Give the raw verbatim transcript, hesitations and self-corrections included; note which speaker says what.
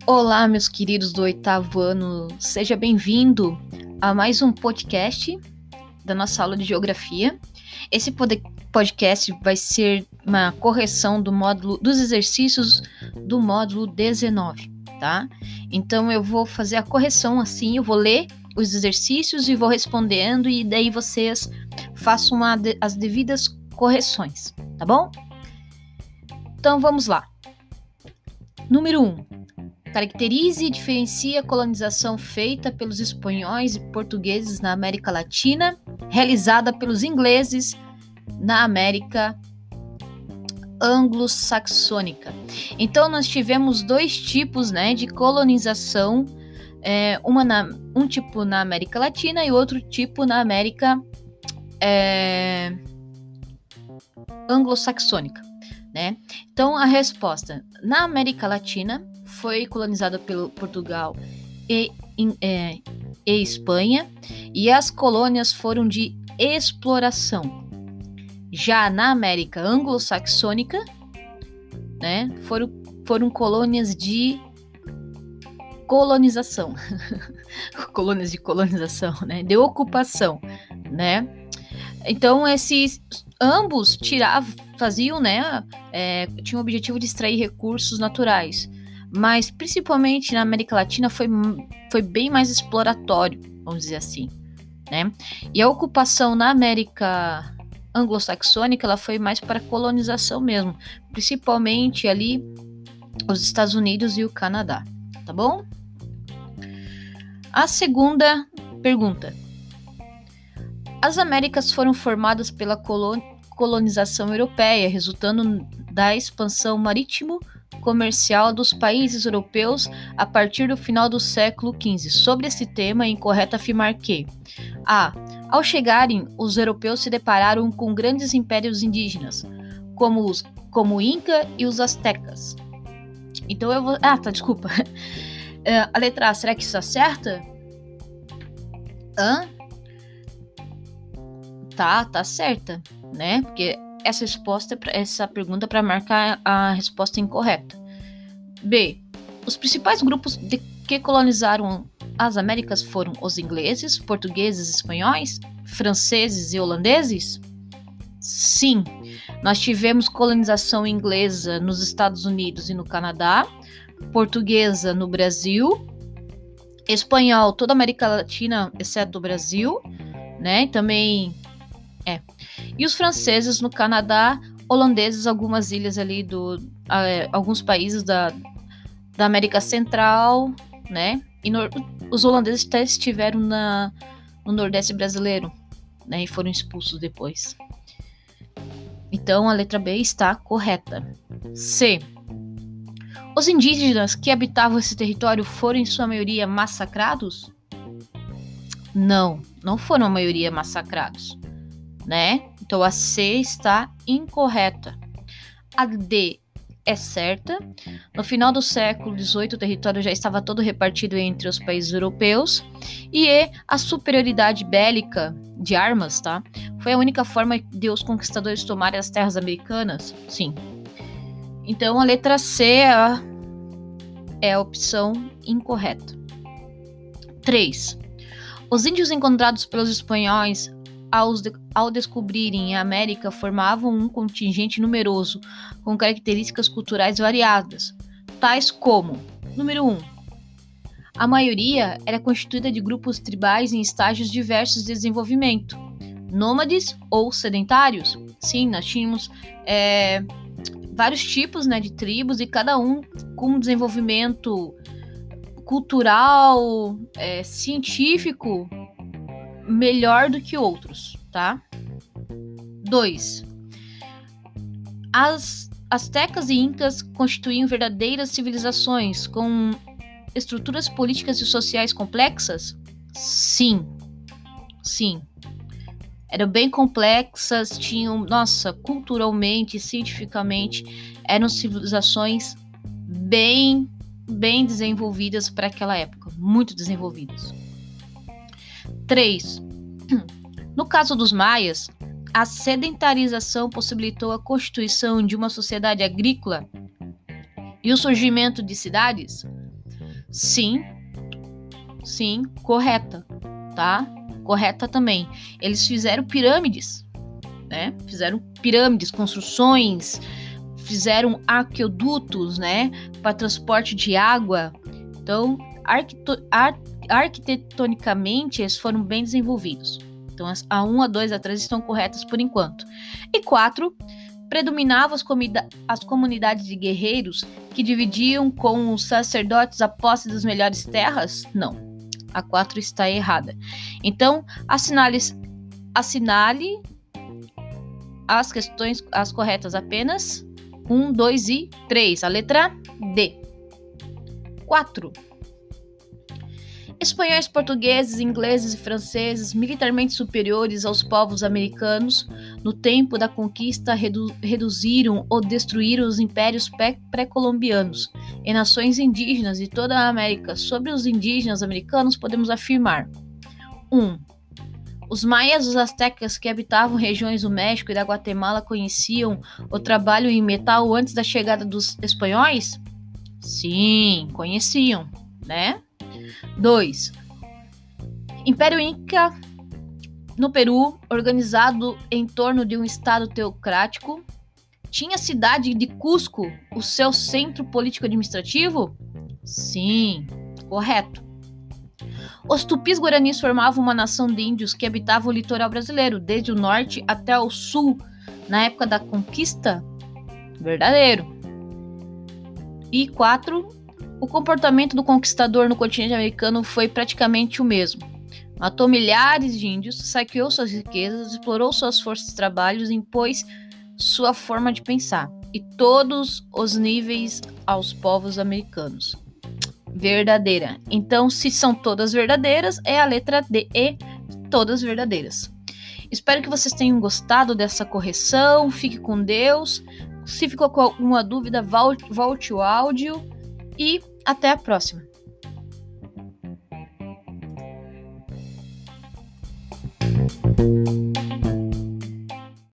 Speaker 1: Olá, meus queridos do oitavo ano, seja bem-vindo a mais um podcast da nossa aula de Geografia. Esse podcast vai ser uma correção do módulo dos exercícios do módulo dezenove, tá? Então eu vou fazer a correção assim, eu vou ler os exercícios e vou respondendo e daí vocês façam a de, as devidas correções, tá bom? Então vamos lá. Número um. Caracterize e diferencie a colonização feita pelos espanhóis e portugueses na América Latina, realizada pelos ingleses na América anglo-saxônica. Então, nós tivemos dois tipos, né, de colonização, é, uma na, um tipo na América Latina e outro tipo na América é, anglo-saxônica, né? Então, a resposta: na América Latina foi colonizada pelo Portugal e, é, e Espanha, e as colônias foram de exploração. Já na América anglo-saxônica, né, foram, foram colônias de colonização. colônias de colonização, né, de ocupação, né? Então, esses ambos tiravam, faziam, né, é, tinham o objetivo de extrair recursos naturais. Mas, principalmente na América Latina, foi, foi bem mais exploratório, vamos dizer assim, né? E a ocupação na América anglo-saxônica, ela foi mais para colonização mesmo, principalmente ali os Estados Unidos e o Canadá, tá bom? A segunda pergunta: as Américas foram formadas pela colonização europeia, resultando da expansão marítimo comercial dos países europeus a partir do final do século quinze. Sobre esse tema, é incorreto afirmar que A. Ao chegarem, os europeus se depararam com grandes impérios indígenas, como os como o Inca e os Aztecas. Então eu vou... Ah, tá, desculpa. A letra A, será que isso acerta? Hã? Tá, tá certa, né? Porque essa resposta, essa pergunta para marcar a resposta incorreta. B. Os principais grupos de que colonizaram as Américas foram os ingleses, portugueses, espanhóis, franceses e holandeses? Sim, nós tivemos colonização inglesa nos Estados Unidos e no Canadá, portuguesa no Brasil, espanhol toda a América Latina, exceto o Brasil, né? Também é. E os franceses no Canadá, holandeses algumas ilhas ali do uh, alguns países da, da América Central, né? E no, os holandeses até estiveram na, no Nordeste brasileiro, né? E foram expulsos depois. Então a letra B está correta. C. Os indígenas que habitavam esse território foram em sua maioria massacrados? Não, não foram a maioria massacrados, né? Então a C está incorreta. A D é certa. No final do século dezoito, o território já estava todo repartido entre os países europeus. E E, a superioridade bélica de armas, tá? Foi a única forma de os conquistadores tomarem as terras americanas? Sim. Então a letra C é a, é a opção incorreta. três. Os índios encontrados pelos espanhóis De, ao descobrirem a América, formavam um contingente numeroso, com características culturais variadas, tais como: número um. A maioria era constituída de grupos tribais em estágios diversos de desenvolvimento, nômades ou sedentários. Sim, nós tínhamos é, vários tipos, né, de tribos, e cada um com um desenvolvimento cultural, é, científico, melhor do que outros, tá? dois. As astecas e incas constituíam verdadeiras civilizações com estruturas políticas e sociais complexas? Sim. Sim. Eram bem complexas, tinham, nossa, culturalmente, cientificamente, eram civilizações bem, bem desenvolvidas para aquela época, muito desenvolvidas. três. No caso dos maias, a sedentarização possibilitou a constituição de uma sociedade agrícola e o surgimento de cidades? Sim, sim, correta, tá? Correta também. Eles fizeram pirâmides, né? Fizeram pirâmides, construções, fizeram aquedutos, né? Para transporte de água. Então, arquito- ar- arquitetonicamente, eles foram bem desenvolvidos. Então, as- a um, a dois, a três estão corretas por enquanto. E quatro, predominavam as, comida- as comunidades de guerreiros que dividiam com os sacerdotes a posse das melhores terras? Não. A quatro está errada. Então, assinale, assinale as questões, as corretas apenas. um, dois e três. A letra D. quatro. Espanhóis, portugueses, ingleses e franceses, militarmente superiores aos povos americanos, no tempo da conquista redu- reduziram ou destruíram os impérios pré-colombianos e nações indígenas de toda a América. Sobre os indígenas americanos, podemos afirmar: um. Os maias e os astecas que habitavam regiões do México e da Guatemala conheciam o trabalho em metal antes da chegada dos espanhóis? Sim, conheciam, né? dois. Império Inca no Peru, organizado em torno de um estado teocrático, tinha a cidade de Cusco o seu centro político-administrativo? Sim, correto. Os tupis guaranis formavam uma nação de índios que habitavam o litoral brasileiro, desde o norte até o sul, na época da conquista? Verdadeiro. E quatro. O comportamento do conquistador no continente americano foi praticamente o mesmo. Matou milhares de índios, saqueou suas riquezas, explorou suas forças de trabalho e impôs sua forma de pensar, e todos os níveis aos povos americanos. Verdadeira. Então, se são todas verdadeiras, é a letra D, E, todas verdadeiras. Espero que vocês tenham gostado dessa correção. Fique com Deus. Se ficou com alguma dúvida, volte o áudio. E até a próxima.